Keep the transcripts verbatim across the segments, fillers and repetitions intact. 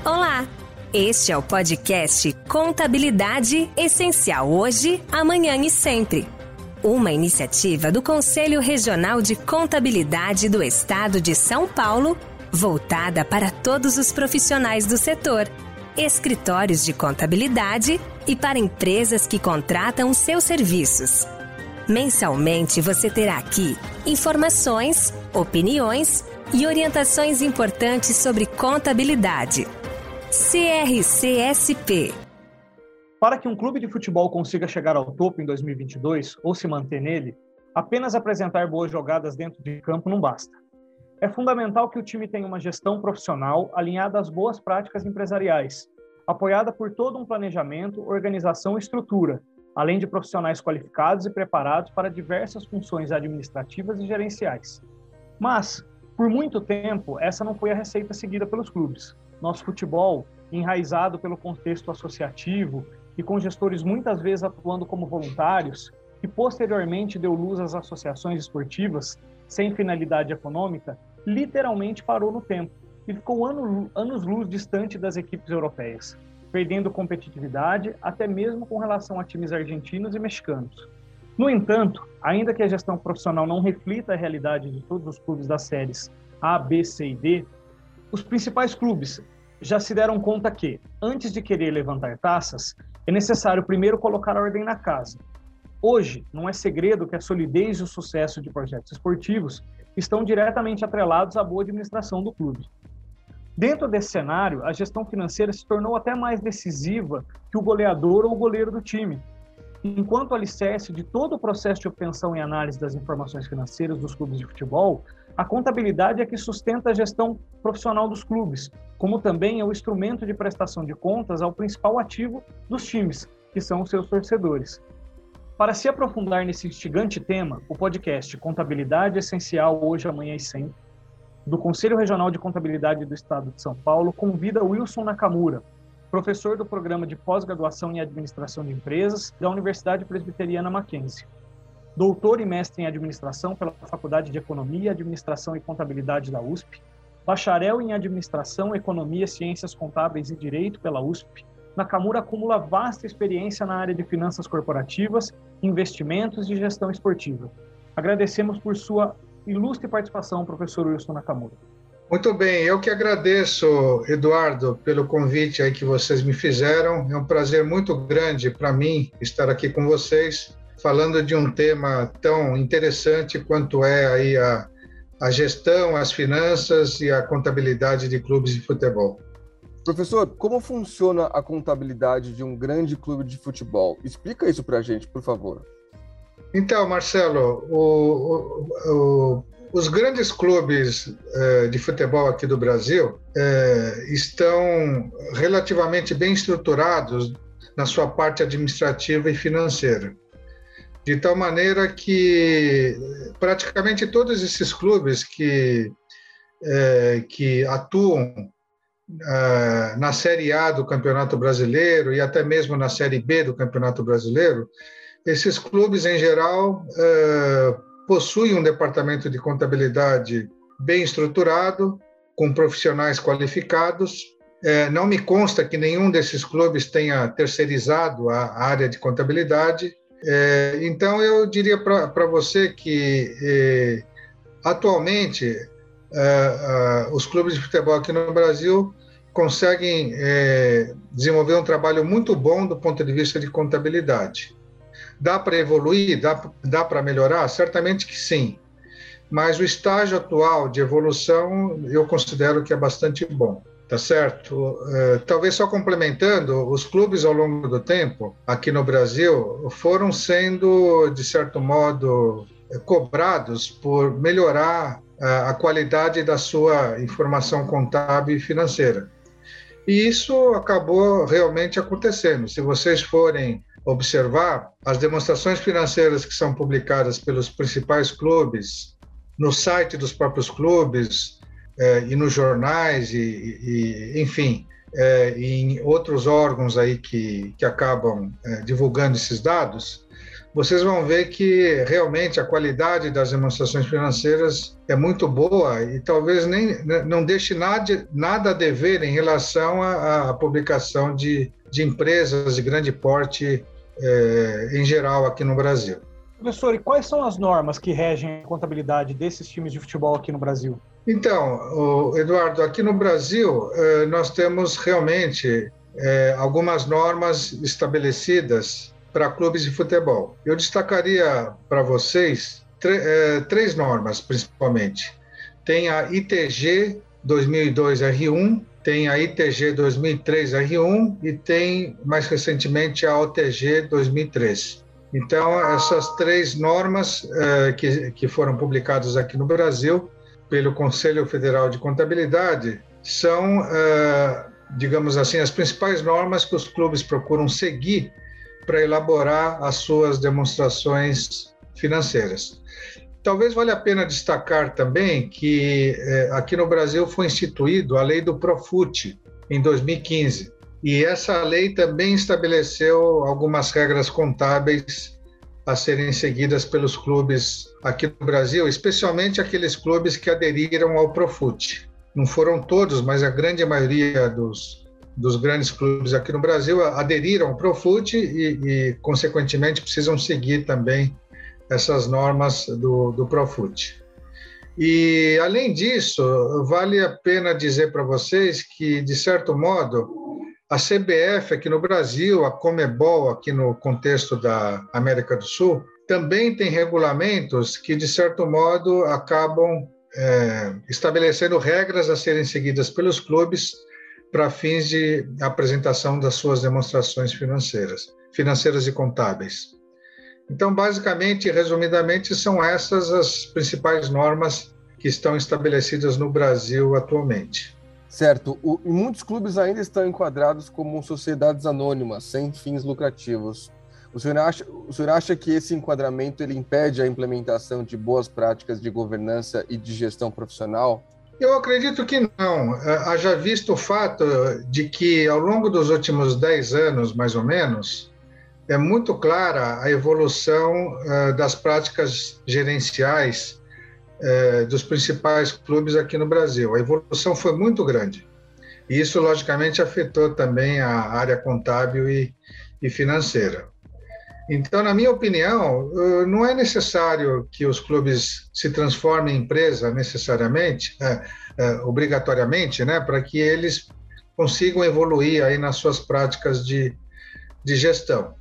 Olá! Este é o podcast Contabilidade Essencial Hoje, Amanhã e Sempre. Uma iniciativa do Conselho Regional de Contabilidade do Estado de São Paulo, voltada para todos os profissionais do setor, escritórios de contabilidade e para empresas que contratam seus serviços. Mensalmente você terá aqui informações, opiniões e orientações importantes sobre contabilidade. C R C S P. Para que um clube de futebol consiga chegar ao topo em dois mil e vinte e dois ou se manter nele, apenas apresentar boas jogadas dentro de campo não basta. É fundamental que o time tenha uma gestão profissional alinhada às boas práticas empresariais, apoiada por todo um planejamento, organização e estrutura, além de profissionais qualificados e preparados para diversas funções administrativas e gerenciais. Mas, por muito tempo, essa não foi a receita seguida pelos clubes. Nosso futebol, enraizado pelo contexto associativo e com gestores muitas vezes atuando como voluntários, que posteriormente deu luz às associações esportivas, sem finalidade econômica, literalmente parou no tempo e ficou ano, anos-luz distante das equipes europeias, perdendo competitividade até mesmo com relação a times argentinos e mexicanos. No entanto, ainda que a gestão profissional não reflita a realidade de todos os clubes das séries A, B, C e D, os principais clubes já se deram conta que, antes de querer levantar taças, é necessário primeiro colocar a ordem na casa. Hoje, não é segredo que a solidez e o sucesso de projetos esportivos estão diretamente atrelados à boa administração do clube. Dentro desse cenário, a gestão financeira se tornou até mais decisiva que o goleador ou o goleiro do time. Enquanto o alicerce de todo o processo de obtenção e análise das informações financeiras dos clubes de futebol, a contabilidade é que sustenta a gestão profissional dos clubes, como também é o instrumento de prestação de contas ao principal ativo dos times, que são os seus torcedores. Para se aprofundar nesse instigante tema, o podcast Contabilidade Essencial Hoje, Amanhã e Sempre, do Conselho Regional de Contabilidade do Estado de São Paulo, convida Wilson Nakamura, professor do Programa de Pós-Graduação em Administração de Empresas da Universidade Presbiteriana Mackenzie, doutor e mestre em Administração pela Faculdade de Economia, Administração e Contabilidade da U S P, bacharel em Administração, Economia, Ciências Contábeis e Direito pela U S P. Nakamura acumula vasta experiência na área de finanças corporativas, investimentos e gestão esportiva. Agradecemos por sua ilustre participação, professor Wilson Nakamura. Muito bem, eu que agradeço, Eduardo, pelo convite aí que vocês me fizeram. É um prazer muito grande para mim estar aqui com vocês, falando de um tema tão interessante quanto é aí a, a gestão, as finanças e a contabilidade de clubes de futebol. Professor, como funciona a contabilidade de um grande clube de futebol? Explica isso para a gente, por favor. Então, Marcelo, o, o, o, os grandes clubes eh, de futebol aqui do Brasil eh, estão relativamente bem estruturados na sua parte administrativa e financeira, de tal maneira que praticamente todos esses clubes que, eh, que atuam eh, na Série A do Campeonato Brasileiro e até mesmo na Série B do Campeonato Brasileiro, esses clubes, em geral, eh, possuem um departamento de contabilidade bem estruturado, com profissionais qualificados. Eh, não me consta que nenhum desses clubes tenha terceirizado a área de contabilidade. Eh, então, eu diria para você que, eh, atualmente, eh, eh, os clubes de futebol aqui no Brasil conseguem eh, desenvolver um trabalho muito bom do ponto de vista de contabilidade. Dá para evoluir? Dá, dá para melhorar? Certamente que sim. Mas o estágio atual de evolução eu considero que é bastante bom, tá certo? Uh, talvez só complementando, os clubes ao longo do tempo, aqui no Brasil, foram sendo, de certo modo, cobrados por melhorar uh, a qualidade da sua informação contábil e financeira. E isso acabou realmente acontecendo. Se vocês forem observar, as demonstrações financeiras que são publicadas pelos principais clubes, no site dos próprios clubes eh, e nos jornais, e, e, enfim, eh, em outros órgãos aí que, que acabam eh, divulgando esses dados, vocês vão ver que realmente a qualidade das demonstrações financeiras é muito boa e talvez nem, não deixe nada, nada a dever em relação à, à publicação de, de empresas de grande porte eh, em geral aqui no Brasil. Professor, e quais são as normas que regem a contabilidade desses times de futebol aqui no Brasil? Então, Eduardo, aqui no Brasil eh, nós temos realmente eh, algumas normas estabelecidas para clubes de futebol. Eu destacaria para vocês eh, três normas, principalmente. Tem a I T G dois mil e dois R um, tem a I T G dois mil e três R um e tem, mais recentemente, a O T G dois mil e três. Então, essas três normas eh, que, que foram publicadas aqui no Brasil pelo Conselho Federal de Contabilidade são, eh, digamos assim, as principais normas que os clubes procuram seguir para elaborar as suas demonstrações financeiras. Talvez valha a pena destacar também que eh, aqui no Brasil foi instituído a lei do Profut em dois mil e quinze. E essa lei também estabeleceu algumas regras contábeis a serem seguidas pelos clubes aqui no Brasil, especialmente aqueles clubes que aderiram ao Profut. Não foram todos, mas a grande maioria dos, dos grandes clubes aqui no Brasil aderiram ao Profut e, e, consequentemente, precisam seguir também essas normas do, do Profut. E, além disso, vale a pena dizer para vocês que, de certo modo, a C B F aqui no Brasil, a Conmebol aqui no contexto da América do Sul, também tem regulamentos que, de certo modo, acabam é, estabelecendo regras a serem seguidas pelos clubes para fins de apresentação das suas demonstrações financeiras, financeiras e contábeis. Então, basicamente, resumidamente, são essas as principais normas que estão estabelecidas no Brasil atualmente. Certo. O, e muitos clubes ainda estão enquadrados como sociedades anônimas, sem fins lucrativos. O senhor acha, o senhor acha que esse enquadramento ele impede a implementação de boas práticas de governança e de gestão profissional? Eu acredito que não. Haja visto o fato de que, ao longo dos últimos dez anos, mais ou menos, é muito clara a evolução uh, das práticas gerenciais uh, dos principais clubes aqui no Brasil. A evolução foi muito grande. E isso, logicamente, afetou também a área contábil e, e financeira. Então, na minha opinião, uh, não é necessário que os clubes se transformem em empresa necessariamente, uh, uh, obrigatoriamente, né, para que eles consigam evoluir aí nas suas práticas de, de gestão.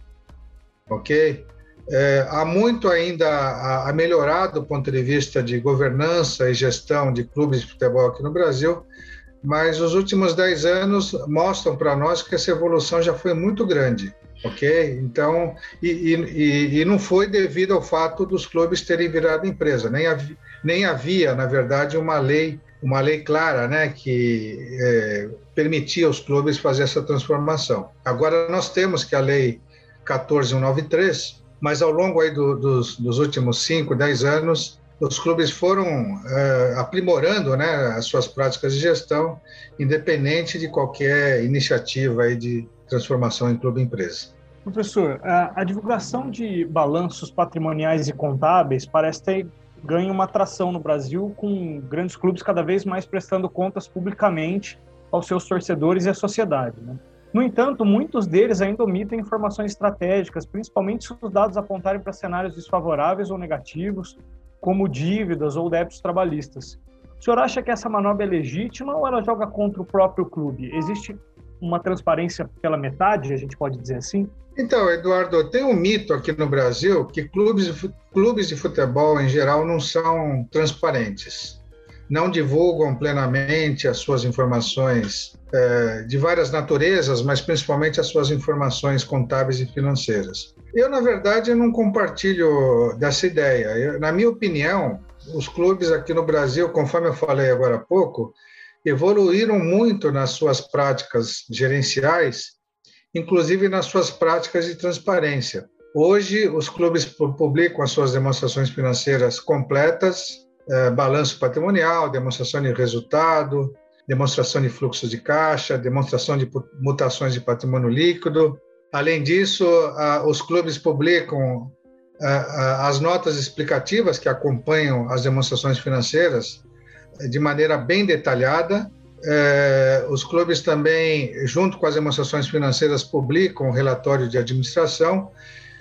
Ok? É, há muito ainda a, a melhorar do ponto de vista de governança e gestão de clubes de futebol aqui no Brasil, mas os últimos dez anos mostram para nós que essa evolução já foi muito grande, ok? Então, e, e, e não foi devido ao fato dos clubes terem virado empresa, nem havia, nem havia na verdade, uma lei, uma lei clara, né, que é, permitia aos clubes fazer essa transformação. Agora nós temos que a lei quatorze mil cento e noventa e três, mas ao longo aí do, dos, dos últimos cinco, dez anos, os clubes foram é, aprimorando, né, as suas práticas de gestão, independente de qualquer iniciativa aí de transformação em clube-empresa. Professor, a, a divulgação de balanços patrimoniais e contábeis parece ter ganho uma atração no Brasil, com grandes clubes cada vez mais prestando contas publicamente aos seus torcedores e à sociedade, né? No entanto, muitos deles ainda omitem informações estratégicas, principalmente se os dados apontarem para cenários desfavoráveis ou negativos, como dívidas ou débitos trabalhistas. O senhor acha que essa manobra é legítima ou ela joga contra o próprio clube? Existe uma transparência pela metade, a gente pode dizer assim? Então, Eduardo, tem um mito aqui no Brasil que clubes, clubes de futebol, em geral, não são transparentes. Não divulgam plenamente as suas informações é, de várias naturezas, mas principalmente as suas informações contábeis e financeiras. Eu, na verdade, não compartilho dessa ideia. Eu, na minha opinião, os clubes aqui no Brasil, conforme eu falei agora há pouco, evoluíram muito nas suas práticas gerenciais, inclusive nas suas práticas de transparência. Hoje, os clubes publicam as suas demonstrações financeiras completas, É, balanço patrimonial, demonstração de resultado, demonstração de fluxo de caixa, demonstração de mutações de patrimônio líquido. Além disso, a, os clubes publicam as notas explicativas que acompanham as demonstrações financeiras de maneira bem detalhada. É, os clubes também, junto com as demonstrações financeiras, publicam um relatório de administração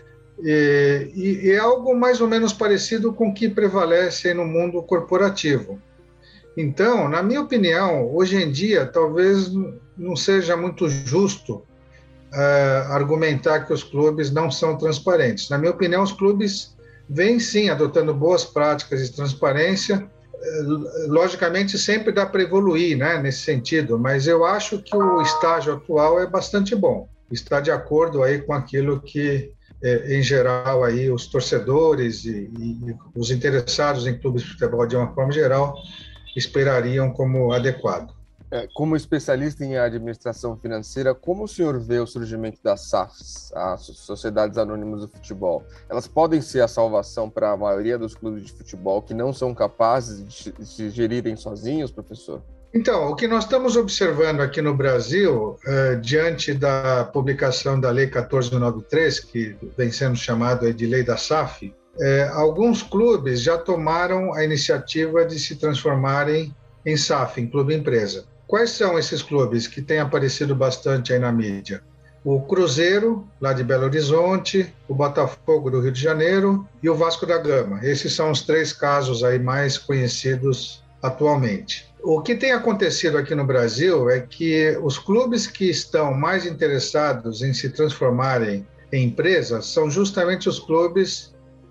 e, e, e é algo mais ou menos parecido com o que prevalece no mundo corporativo. Então, na minha opinião, hoje em dia, talvez não seja muito justo é, argumentar que os clubes não são transparentes. Na minha opinião, os clubes vêm sim adotando boas práticas de transparência. Logicamente, sempre dá para evoluir, né, nesse sentido, mas eu acho que o estágio atual é bastante bom. Está de acordo aí com aquilo que, em geral, aí os torcedores e, e os interessados em clubes de futebol, de uma forma geral, esperariam como adequado. Como especialista em administração financeira, como o senhor vê o surgimento das S A Fs, as Sociedades Anônimas do Futebol? Elas podem ser a salvação para a maioria dos clubes de futebol que não são capazes de se gerirem sozinhos, professor? Então, o que nós estamos observando aqui no Brasil, eh, diante da publicação da Lei quatorze mil novecentos e noventa e três, que vem sendo chamada de Lei da S A F, eh, alguns clubes já tomaram a iniciativa de se transformarem em S A F, em clube-empresa. Quais são esses clubes que têm aparecido bastante aí na mídia? O Cruzeiro, lá de Belo Horizonte, o Botafogo do Rio de Janeiro e o Vasco da Gama. Esses são os três casos aí mais conhecidos atualmente. O que tem acontecido aqui no Brasil é que os clubes que estão mais interessados em se transformarem em empresas são justamente os clubes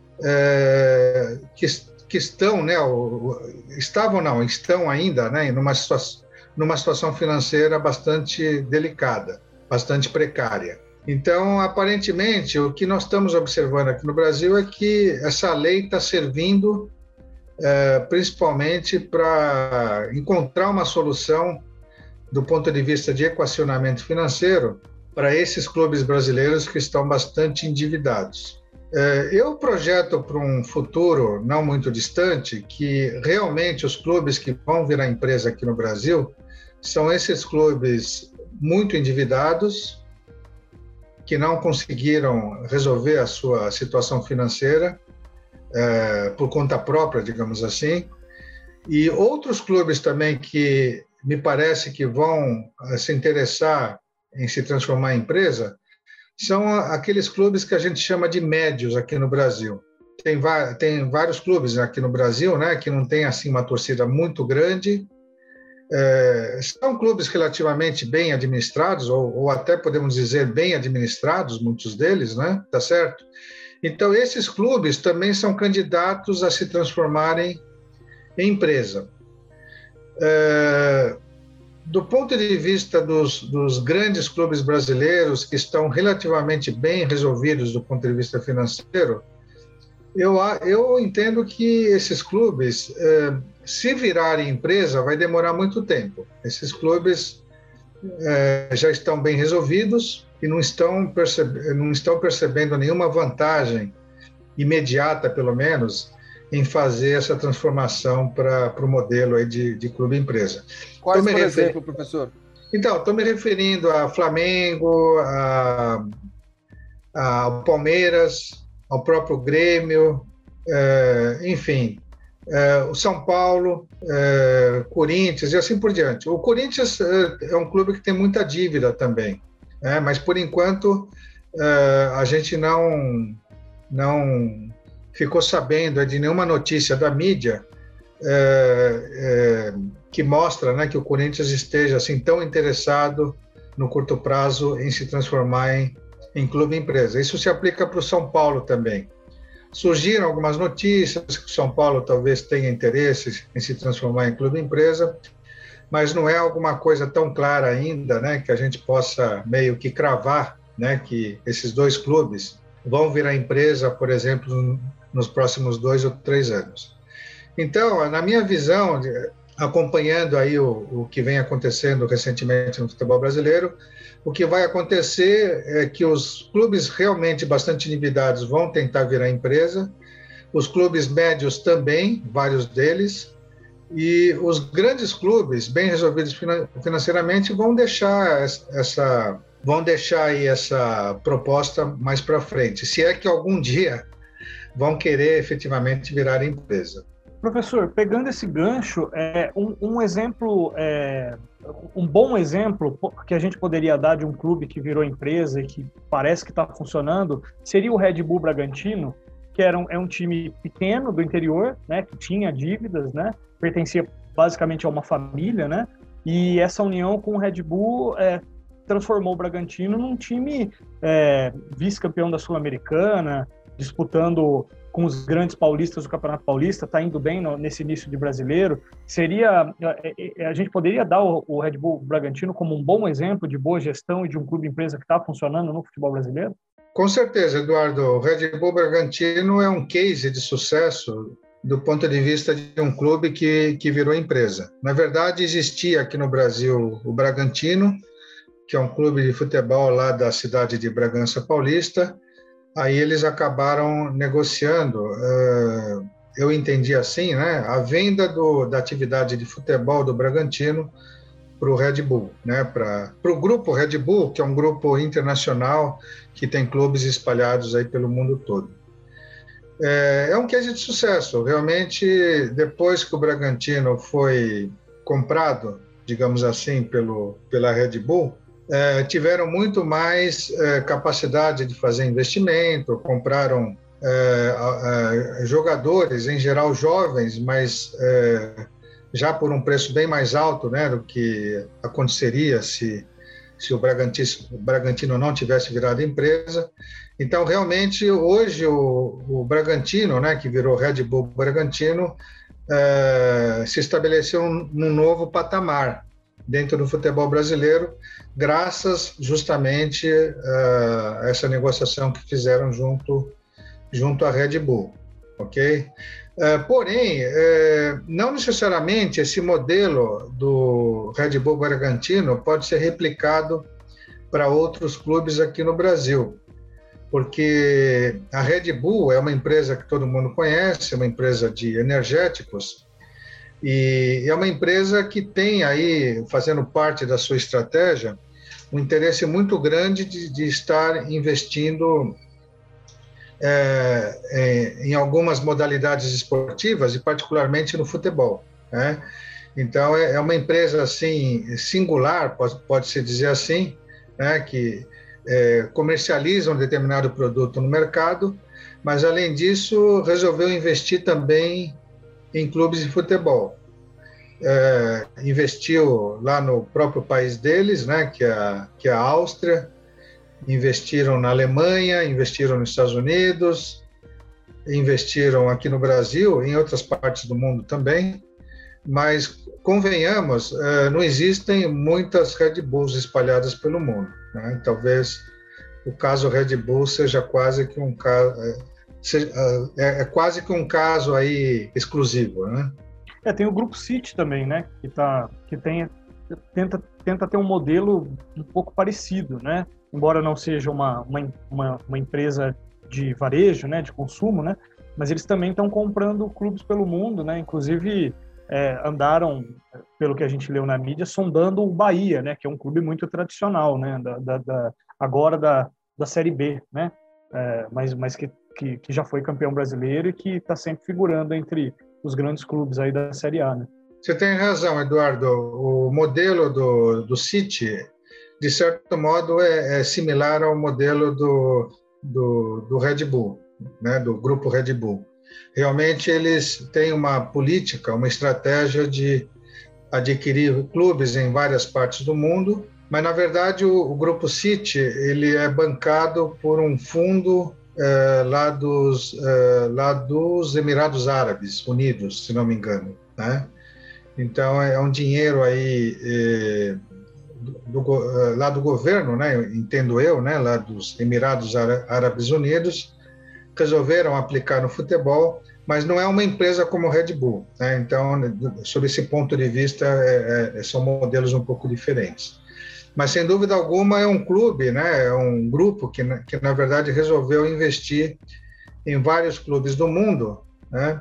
é, que, que estão, né, estavam não, estão ainda, né, numa situação numa situação financeira bastante delicada, bastante precária. Então, aparentemente, o que nós estamos observando aqui no Brasil é que essa lei está servindo é, principalmente para encontrar uma solução do ponto de vista de equacionamento financeiro para esses clubes brasileiros que estão bastante endividados. É, eu projeto para um futuro não muito distante que realmente os clubes que vão virar empresa aqui no Brasil são esses clubes muito endividados, que não conseguiram resolver a sua situação financeira é, por conta própria, digamos assim, e outros clubes também que me parece que vão se interessar em se transformar em empresa, são aqueles clubes que a gente chama de médios aqui no Brasil. Tem, tem vários clubes aqui no Brasil, né, que não tem assim uma torcida muito grande. É, são clubes relativamente bem administrados, ou, ou até podemos dizer bem administrados, muitos deles, né? Tá certo? Então, esses clubes também são candidatos a se transformarem em empresa. É, do ponto de vista dos, dos grandes clubes brasileiros, que estão relativamente bem resolvidos do ponto de vista financeiro, eu, eu entendo que esses clubes, é, se virarem empresa, vai demorar muito tempo. Esses clubes é, já estão bem resolvidos e não estão, percebe, não estão percebendo nenhuma vantagem imediata, pelo menos, em fazer essa transformação para o modelo aí de, de clube-empresa. Quais, por refer... exemplo, professor? Então, estou me referindo a Flamengo, a, a, ao Palmeiras, ao próprio Grêmio, é, enfim, é, o São Paulo, é, Corinthians e assim por diante. O Corinthians é, é um clube que tem muita dívida também, né? Mas, por enquanto, é, a gente não, não ficou sabendo de nenhuma notícia da mídia é, é, que mostra, né, que o Corinthians esteja assim, tão interessado no curto prazo em se transformar em em clube-empresa. Isso se aplica para o São Paulo também. Surgiram algumas notícias que o São Paulo talvez tenha interesse em se transformar em clube-empresa, mas não é alguma coisa tão clara ainda, né, que a gente possa meio que cravar, né, que esses dois clubes vão virar empresa, por exemplo, nos próximos dois ou três anos. Então, na minha visão, acompanhando aí o, o que vem acontecendo recentemente no futebol brasileiro, o que vai acontecer é que os clubes realmente bastante endividados vão tentar virar empresa, os clubes médios também, vários deles, e os grandes clubes, bem resolvidos financeiramente, vão deixar essa, vão deixar aí essa proposta mais para frente. Se é que algum dia vão querer efetivamente virar empresa. Professor, pegando esse gancho, é, um, um exemplo, é, um bom exemplo que a gente poderia dar de um clube que virou empresa e que parece que está funcionando, seria o Red Bull Bragantino, que era um, é um time pequeno do interior, né, que tinha dívidas, né, pertencia basicamente a uma família, né, e essa união com o Red Bull é, transformou o Bragantino num time é, vice-campeão da Sul-Americana, disputando com os grandes paulistas do Campeonato Paulista, está indo bem no, nesse início de brasileiro. Seria, a, a gente poderia dar o, o Red Bull Bragantino como um bom exemplo de boa gestão e de um clube-empresa que está funcionando no futebol brasileiro? Com certeza, Eduardo. O Red Bull Bragantino é um case de sucesso do ponto de vista de um clube que, que virou empresa. Na verdade, existia aqui no Brasil o Bragantino, que é um clube de futebol lá da cidade de Bragança Paulista. Aí eles acabaram negociando, eu entendi assim, né, a venda do, da atividade de futebol do Bragantino para o Red Bull, né, para o grupo Red Bull, que é um grupo internacional que tem clubes espalhados aí pelo mundo todo. É, é um case de sucesso. Realmente, depois que o Bragantino foi comprado, digamos assim, pelo, pela Red Bull, É, tiveram muito mais é, capacidade de fazer investimento, compraram é, é, jogadores, em geral jovens, mas é, já por um preço bem mais alto, né, do que aconteceria se, se o Bragantino, o Bragantino não tivesse virado empresa. Então, realmente, hoje o, o Bragantino, né, que virou Red Bull Bragantino, é, se estabeleceu num novo patamar dentro do futebol brasileiro, graças justamente uh, a essa negociação que fizeram junto, junto à Red Bull, ok? Uh, porém, uh, não necessariamente esse modelo do Red Bull Bragantino pode ser replicado para outros clubes aqui no Brasil, porque a Red Bull é uma empresa que todo mundo conhece, é uma empresa de energéticos, e é uma empresa que tem aí, fazendo parte da sua estratégia, um interesse muito grande de, de estar investindo é, em, em algumas modalidades esportivas, e particularmente no futebol, né? Então, é, é uma empresa assim, singular, pode, pode-se dizer assim, né, que é, comercializa um determinado produto no mercado, mas, além disso, resolveu investir também em clubes de futebol. É, investiu lá no próprio país deles, né, que é, a, que é a Áustria, investiram na Alemanha, investiram nos Estados Unidos, investiram aqui no Brasil, em outras partes do mundo também, mas, convenhamos, é, não existem muitas Red Bulls espalhadas pelo mundo, né? Talvez o caso Red Bull seja quase que um caso... É, Seja, é, é quase que um caso aí exclusivo, né? É, tem o Grupo City também, né? Que, tá, que tem, tenta, tenta ter um modelo um pouco parecido, né? Embora não seja uma, uma, uma, uma empresa de varejo, né? De consumo, né? Mas eles também estão comprando clubes pelo mundo, né? Inclusive é, andaram, pelo que a gente leu na mídia, sondando o Bahia, né? Que é um clube muito tradicional, né? Da, da, da, agora da, da Série B, né? É, mas, mas que Que, que já foi campeão brasileiro e que está sempre figurando entre os grandes clubes aí da Série A, né? Você tem razão, Eduardo. O modelo do, do City, de certo modo, é, é similar ao modelo do, do, do Red Bull, né? Do grupo Red Bull. Realmente, eles têm uma política, uma estratégia de adquirir clubes em várias partes do mundo, mas, na verdade, o, o grupo City ele é bancado por um fundo É, lá, dos, é, lá dos Emirados Árabes Unidos, se não me engano, né? Então, é um dinheiro aí é, do, do, lá do governo, né? Entendo eu, né? Lá dos Emirados Árabes Unidos, resolveram aplicar no futebol, mas não é uma empresa como o Red Bull, né? Então, sob esse ponto de vista, é, é, são modelos um pouco diferentes. Mas, sem dúvida alguma, é um clube, né? É um grupo que, que, na verdade, resolveu investir em vários clubes do mundo, né?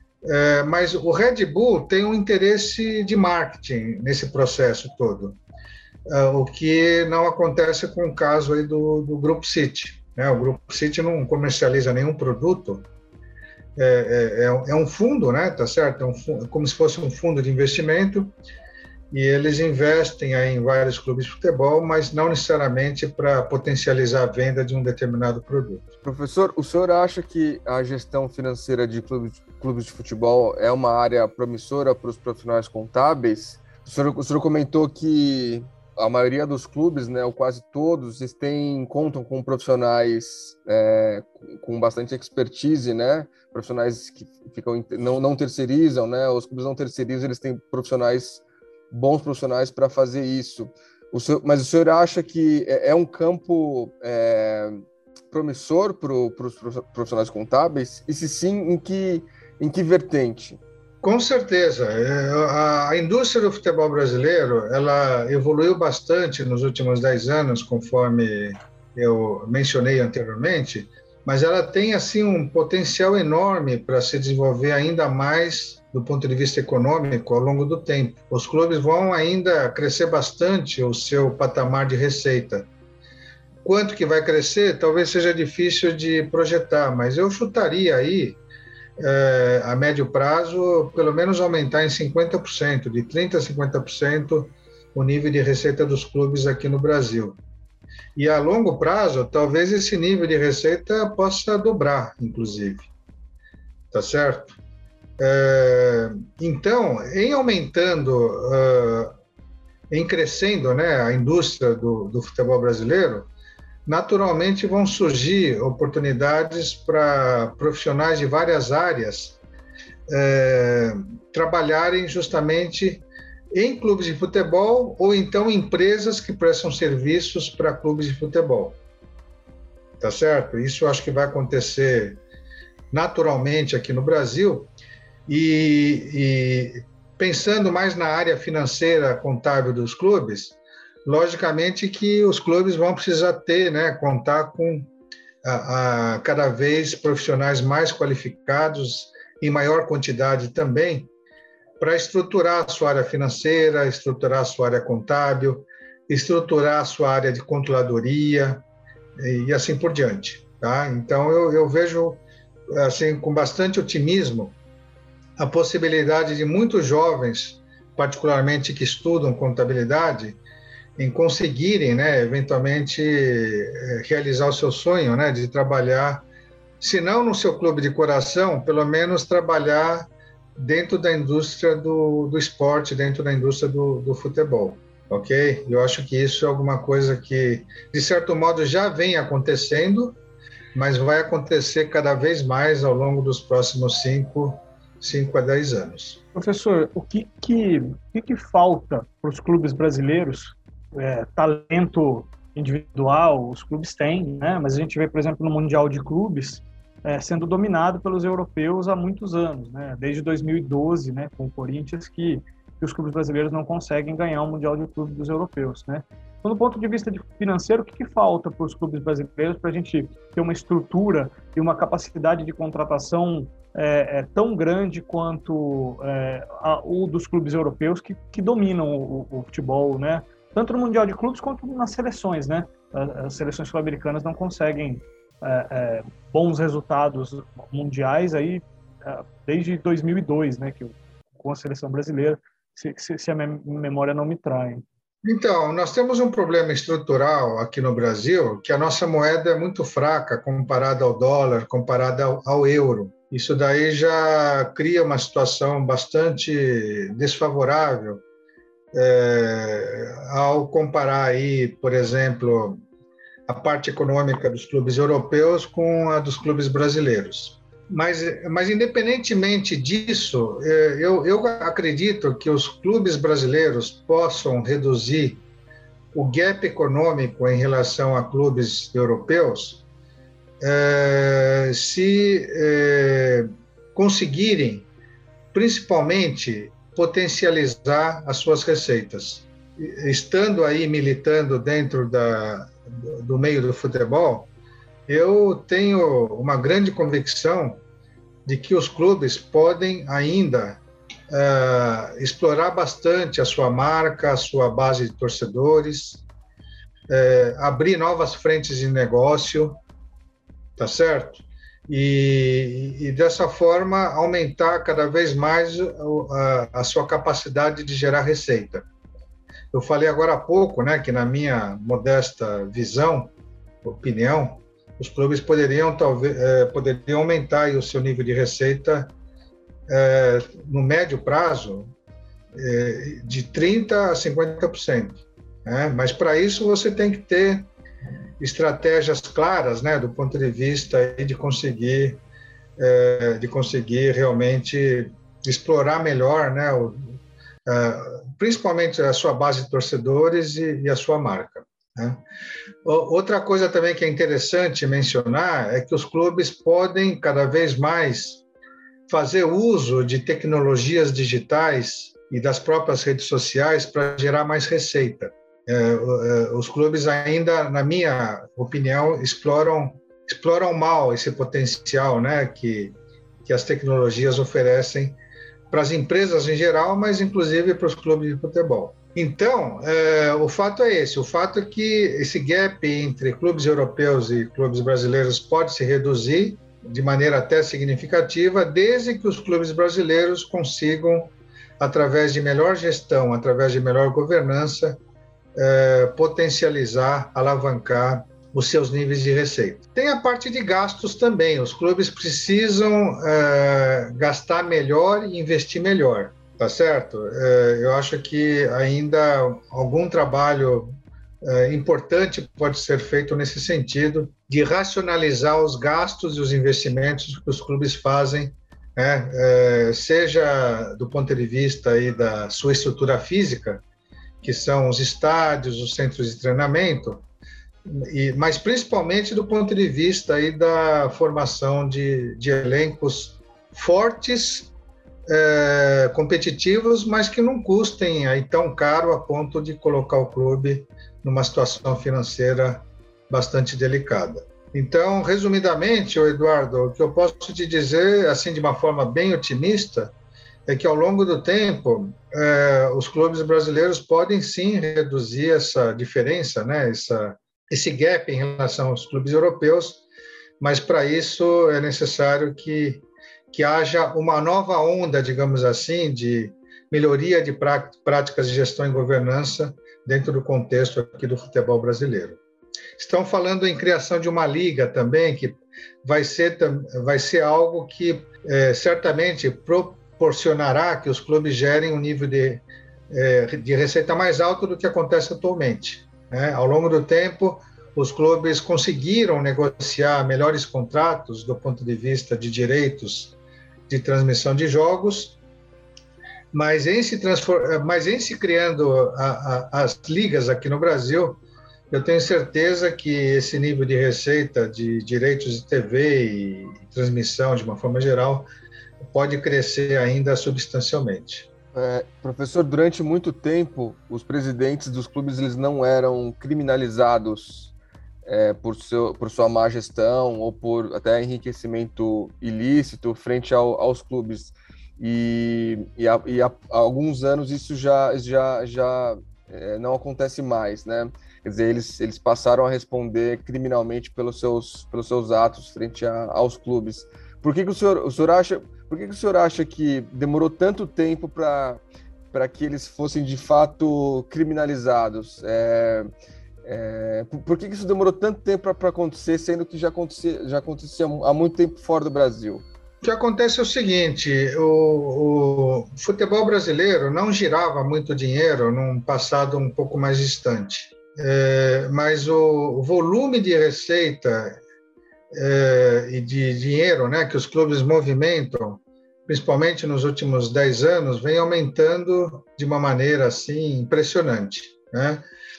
É, mas o Red Bull tem um interesse de marketing nesse processo todo, é, o que não acontece com o caso aí do, do Grupo City, né? O Grupo City não comercializa nenhum produto, é, é, é um fundo, né? Tá certo? É um fundo, como se fosse um fundo de investimento, e eles investem aí em vários clubes de futebol, mas não necessariamente para potencializar a venda de um determinado produto. Professor, o senhor acha que a gestão financeira de clubes, clubes de futebol é uma área promissora para os profissionais contábeis? O senhor, o senhor comentou que a maioria dos clubes, né, ou quase todos, eles têm, contam com profissionais é, com bastante expertise, né? Profissionais que ficam, não, não terceirizam, né? Os clubes não terceirizam, eles têm profissionais bons profissionais para fazer isso. O senhor, mas o senhor acha que é, é um campo é, promissor para os profissionais contábeis? E se sim, em que, em que vertente? Com certeza. A indústria do futebol brasileiro, ela evoluiu bastante nos últimos dez anos, conforme eu mencionei anteriormente, mas ela tem assim um potencial enorme para se desenvolver ainda mais do ponto de vista econômico ao longo do tempo. Os clubes vão ainda crescer bastante o seu patamar de receita. Quanto que vai crescer, talvez seja difícil de projetar, mas eu chutaria aí, é, a médio prazo, pelo menos aumentar em cinquenta por cento, de trinta por cento a cinquenta por cento o nível de receita dos clubes aqui no Brasil. E a longo prazo, talvez esse nível de receita possa dobrar, inclusive. Tá certo? É, então, em aumentando, uh, em crescendo, né, a indústria do, do futebol brasileiro, naturalmente vão surgir oportunidades para profissionais de várias áreas é, trabalharem justamente em clubes de futebol ou então empresas que prestam serviços para clubes de futebol. Tá certo? Isso eu acho que vai acontecer naturalmente aqui no Brasil. E, e pensando mais na área financeira contábil dos clubes, logicamente que os clubes vão precisar ter, né, contar com a, a, cada vez profissionais mais qualificados, em maior quantidade também, para estruturar a sua área financeira, estruturar a sua área contábil, estruturar a sua área de controladoria e, e assim por diante. Tá? Então, eu, eu vejo assim, com bastante otimismo a possibilidade de muitos jovens, particularmente que estudam contabilidade, em conseguirem, né, eventualmente, realizar o seu sonho, né, de trabalhar, se não no seu clube de coração, pelo menos trabalhar dentro da indústria do, do esporte, dentro da indústria do, do futebol, ok? Eu acho que isso é alguma coisa que, de certo modo, já vem acontecendo, mas vai acontecer cada vez mais ao longo dos próximos cinco cinco a dez anos. Professor, o que que, o que, que falta para os clubes brasileiros? É, talento individual, os clubes têm, né? Mas a gente vê, por exemplo, no Mundial de Clubes, é, sendo dominado pelos europeus há muitos anos, né? Desde dois mil e doze, né, com o Corinthians, que, que os clubes brasileiros não conseguem ganhar o Mundial de Clubes dos europeus, né? Então, do ponto de vista de financeiro, o que, que falta para os clubes brasileiros para a gente ter uma estrutura e uma capacidade de contratação É, é tão grande quanto é, a, o dos clubes europeus que, que dominam o, o futebol, né? Tanto no Mundial de Clubes quanto nas seleções, né? As seleções sul-americanas não conseguem é, é, bons resultados mundiais aí é, desde dois mil e dois, né? Que, com a seleção brasileira, se, se, se a minha memória não me trai. Então, nós temos um problema estrutural aqui no Brasil, que a nossa moeda é muito fraca comparada ao dólar, comparada ao, ao euro. Isso daí já cria uma situação bastante desfavorável é, ao comparar aí, por exemplo, a parte econômica dos clubes europeus com a dos clubes brasileiros. Mas, mas independentemente disso, eu, eu acredito que os clubes brasileiros possam reduzir o gap econômico em relação a clubes europeus é, se é, conseguirem, principalmente, potencializar as suas receitas. Estando aí militando dentro da, do meio do futebol, eu tenho uma grande convicção de que os clubes podem ainda uh, explorar bastante a sua marca, a sua base de torcedores, uh, abrir novas frentes de negócio, tá certo? e, e dessa forma aumentar cada vez mais a, a sua capacidade de gerar receita. Eu falei agora há pouco, né, que na minha modesta visão, opinião, os clubes poderiam talvez é, poderiam aumentar aí o seu nível de receita é, no médio prazo é, de trinta por cento a cinquenta por cento. Né? Mas para isso você tem que ter estratégias claras, né, do ponto de vista aí de conseguir é, de conseguir realmente explorar melhor, né, o, é, principalmente a sua base de torcedores e, e a sua marca. Né? Outra coisa também que é interessante mencionar é que os clubes podem cada vez mais fazer uso de tecnologias digitais e das próprias redes sociais para gerar mais receita. Os clubes ainda, na minha opinião, exploram, exploram mal esse potencial, né, que, que as tecnologias oferecem para as empresas em geral, mas inclusive para os clubes de futebol. Então, é, o fato é esse, o fato é que esse gap entre clubes europeus e clubes brasileiros pode se reduzir de maneira até significativa, desde que os clubes brasileiros consigam, através de melhor gestão, através de melhor governança, é, potencializar, alavancar os seus níveis de receita. Tem a parte de gastos também, os clubes precisam é, gastar melhor e investir melhor. Tá certo? Eu acho que ainda algum trabalho importante pode ser feito nesse sentido, de racionalizar os gastos e os investimentos que os clubes fazem, né? Seja do ponto de vista aí da sua estrutura física, que são os estádios, os centros de treinamento, mas principalmente do ponto de vista aí da formação de, de elencos fortes, É, competitivos, mas que não custem aí tão caro a ponto de colocar o clube numa situação financeira bastante delicada. Então, resumidamente, Eduardo, o que eu posso te dizer, assim, de uma forma bem otimista, é que ao longo do tempo, é, os clubes brasileiros podem sim reduzir essa diferença, né, essa, esse gap em relação aos clubes europeus, mas para isso é necessário que que haja uma nova onda, digamos assim, de melhoria de práticas de gestão e governança dentro do contexto aqui do futebol brasileiro. Estão falando em criação de uma liga também, que vai ser, vai ser algo que é, certamente proporcionará que os clubes gerem um nível de, é, de receita mais alto do que acontece atualmente. Né? Ao longo do tempo, os clubes conseguiram negociar melhores contratos do ponto de vista de direitos de transmissão de jogos, mas em se, transform... mas em se criando a, a, as ligas aqui no Brasil, eu tenho certeza que esse nível de receita de direitos de T V e transmissão, de uma forma geral, pode crescer ainda substancialmente. É, professor, durante muito tempo, os presidentes dos clubes eles não eram criminalizados É, por, seu, por sua má gestão ou por até enriquecimento ilícito frente ao, aos clubes. E, e, há, e há alguns anos isso já, já, já é, não acontece mais, né? Quer dizer, eles, eles passaram a responder criminalmente pelos seus, pelos seus atos frente a, aos clubes. Por que, que, o senhor, o senhor acha, por que, que o senhor acha que demorou tanto tempo para para que eles fossem de fato criminalizados? É, É, por, por que isso demorou tanto tempo para acontecer, sendo que já acontecia, já acontecia há muito tempo fora do Brasil? O que acontece é o seguinte, o, o futebol brasileiro não girava muito dinheiro num passado um pouco mais distante, é, mas o, o volume de receita é, e de dinheiro, né, que os clubes movimentam, principalmente nos últimos dez anos, vem aumentando de uma maneira assim impressionante, né?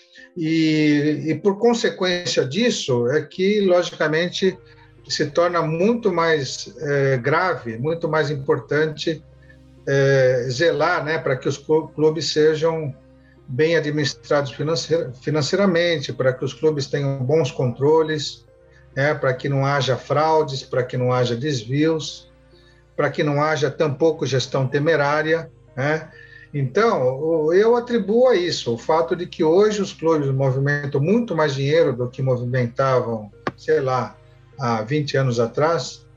E, e, por consequência disso, é que, logicamente, se torna muito mais é, grave, muito mais importante é, zelar, né, para que os clubes sejam bem administrados financeira, financeiramente, para que os clubes tenham bons controles, né, para que não haja fraudes, para que não haja desvios, para que não haja tampouco gestão temerária, né? Então, eu atribuo a isso, o fato de que hoje os clubes movimentam muito mais dinheiro do que movimentavam, sei lá, há vinte anos atrás,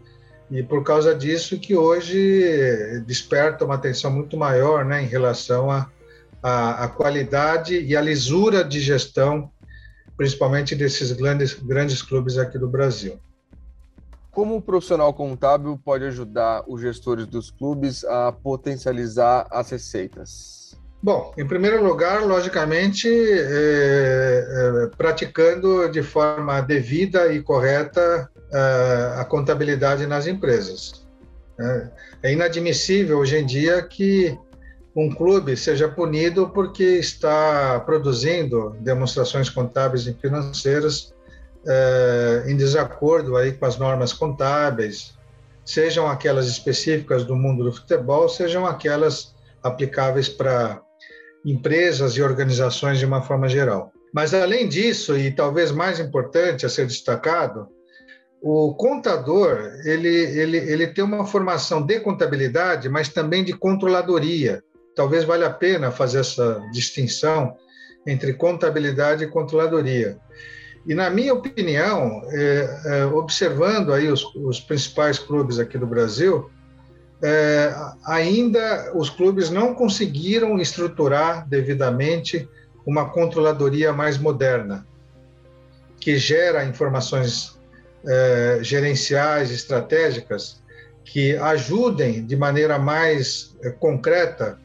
E por causa disso que hoje desperta uma atenção muito maior, né, em relação à a, a, a qualidade e a lisura de gestão, principalmente desses grandes, grandes clubes aqui do Brasil. Como o profissional contábil pode ajudar os gestores dos clubes a potencializar as receitas? Bom, em primeiro lugar, logicamente, é, é, praticando de forma devida e correta a, a contabilidade nas empresas. É inadmissível hoje em dia que um clube seja punido porque está produzindo demonstrações contábeis e financeiras é, em desacordo aí com as normas contábeis, sejam aquelas específicas do mundo do futebol, sejam aquelas aplicáveis para empresas e organizações de uma forma geral. Mas, além disso, e talvez mais importante a ser destacado, o contador ele, ele, ele tem uma formação de contabilidade, mas também de controladoria. Talvez valha a pena fazer essa distinção entre contabilidade e controladoria. E, na minha opinião, é, é, observando aí os, os principais clubes aqui do Brasil, é, ainda os clubes não conseguiram estruturar devidamente uma controladoria mais moderna, que gera informações é, gerenciais, estratégicas, que ajudem de maneira mais é, concreta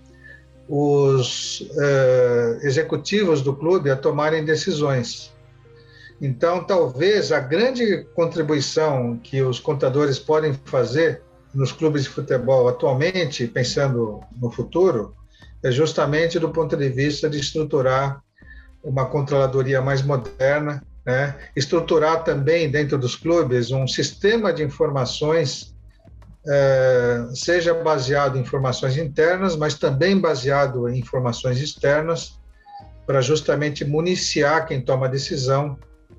os é, executivos do clube a tomarem decisões. Então, talvez a grande contribuição que os contadores podem fazer nos clubes de futebol atualmente, pensando no futuro, é justamente do ponto de vista de estruturar uma controladoria mais moderna, né? Estruturar também dentro dos clubes um sistema de informações, é, seja baseado em informações internas, mas também baseado em informações externas, para justamente municiar quem toma a decisão,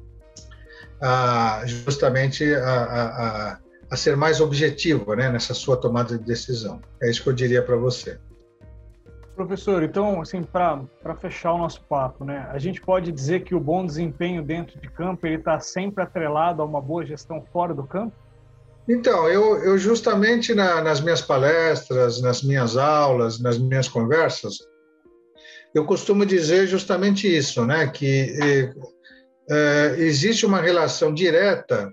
a, justamente a, a, a ser mais objetivo, né, nessa sua tomada de decisão. É isso que eu diria para você. Professor, então, assim, para fechar o nosso papo, né, a gente pode dizer que o bom desempenho dentro de campo ele está sempre atrelado a uma boa gestão fora do campo? Então, eu, eu justamente na, nas minhas palestras, nas minhas aulas, nas minhas conversas, eu costumo dizer justamente isso, né, que é, existe uma relação direta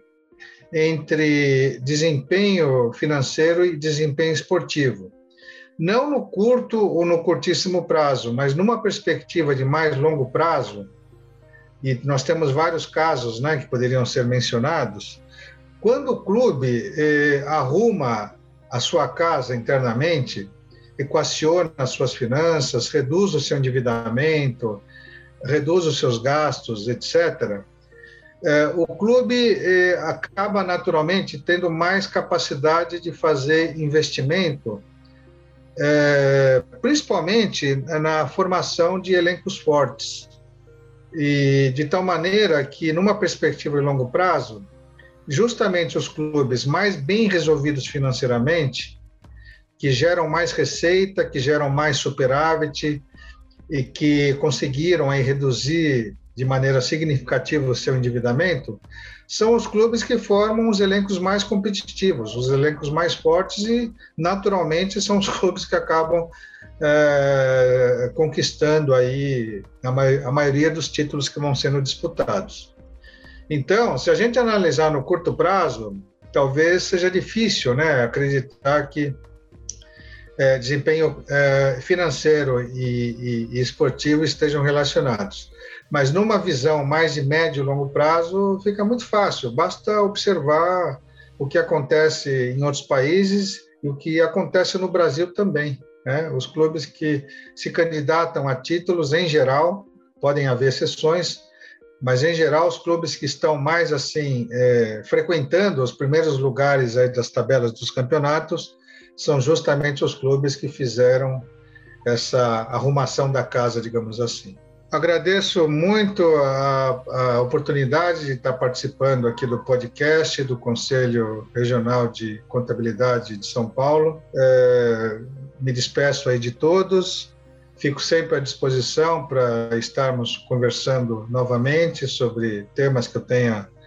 entre desempenho financeiro e desempenho esportivo. Não no curto ou no curtíssimo prazo, mas numa perspectiva de mais longo prazo, e nós temos vários casos, né, que poderiam ser mencionados, quando o clube eh, arruma a sua casa internamente, equaciona as suas finanças, reduz o seu endividamento, reduz os seus gastos, etcétera, eh, o clube eh, acaba naturalmente tendo mais capacidade de fazer investimento, É, principalmente na formação de elencos fortes, e de tal maneira que, numa perspectiva de longo prazo, justamente os clubes mais bem resolvidos financeiramente, que geram mais receita, que geram mais superávit e que conseguiram aí reduzir de maneira significativa o seu endividamento, são os clubes que formam os elencos mais competitivos, os elencos mais fortes, e, naturalmente, são os clubes que acabam é, conquistando aí a, ma a maioria dos títulos que vão sendo disputados. Então, se a gente analisar no curto prazo, talvez seja difícil, né, acreditar que é, desempenho é, financeiro e, e, e esportivo estejam relacionados. Mas numa visão mais de médio e longo prazo, fica muito fácil. Basta observar o que acontece em outros países e o que acontece no Brasil também, né? Os clubes que se candidatam a títulos, em geral, podem haver exceções, mas, em geral, os clubes que estão mais assim é, frequentando os primeiros lugares aí das tabelas dos campeonatos são justamente os clubes que fizeram essa arrumação da casa, digamos assim. Agradeço muito a, a oportunidade de estar participando aqui do podcast do Conselho Regional de Contabilidade de São Paulo. É, me despeço aí de todos, fico sempre à disposição para estarmos conversando novamente sobre temas que eu tenha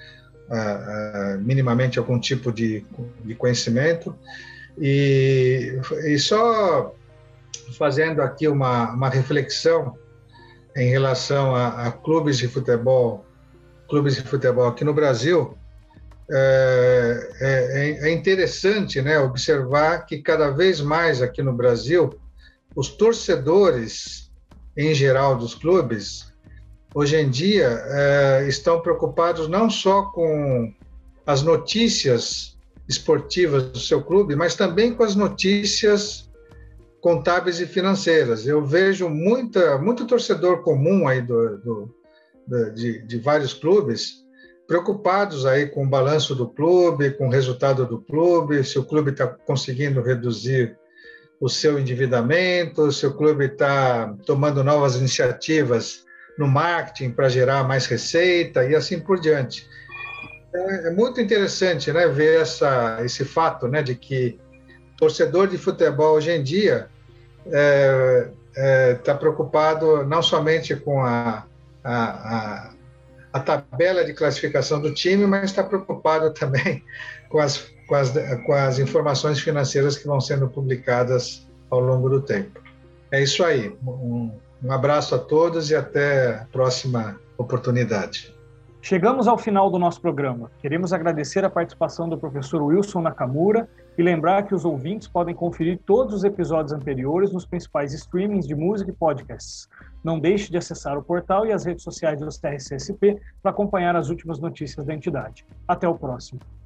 uh, uh, minimamente algum tipo de, de conhecimento. E, e só fazendo aqui uma, uma reflexão em relação a, a clubes de futebol, clubes de futebol aqui no Brasil, é, é, é interessante, né, observar que cada vez mais aqui no Brasil, os torcedores, em geral, dos clubes, hoje em dia, é, estão preocupados não só com as notícias esportivas do seu clube, mas também com as notícias contábeis e financeiras. Eu vejo muita, muito torcedor comum aí do, do, de, de vários clubes preocupados aí com o balanço do clube, com o resultado do clube, se o clube está conseguindo reduzir o seu endividamento, se o clube está tomando novas iniciativas no marketing para gerar mais receita e assim por diante. É, é muito interessante, né, ver essa, esse fato, né, de que torcedor de futebol hoje em dia está é, é, tá preocupado não somente com a, a, a, a tabela de classificação do time, mas está preocupado também com as, com, as, com as informações financeiras que vão sendo publicadas ao longo do tempo. É isso aí. Um, um abraço a todos e até a próxima oportunidade. Chegamos ao final do nosso programa. Queremos agradecer a participação do professor Wilson Nakamura e lembrar que os ouvintes podem conferir todos os episódios anteriores nos principais streamings de música e podcasts. Não deixe de acessar o portal e as redes sociais do C R C S P para acompanhar as últimas notícias da entidade. Até o próximo.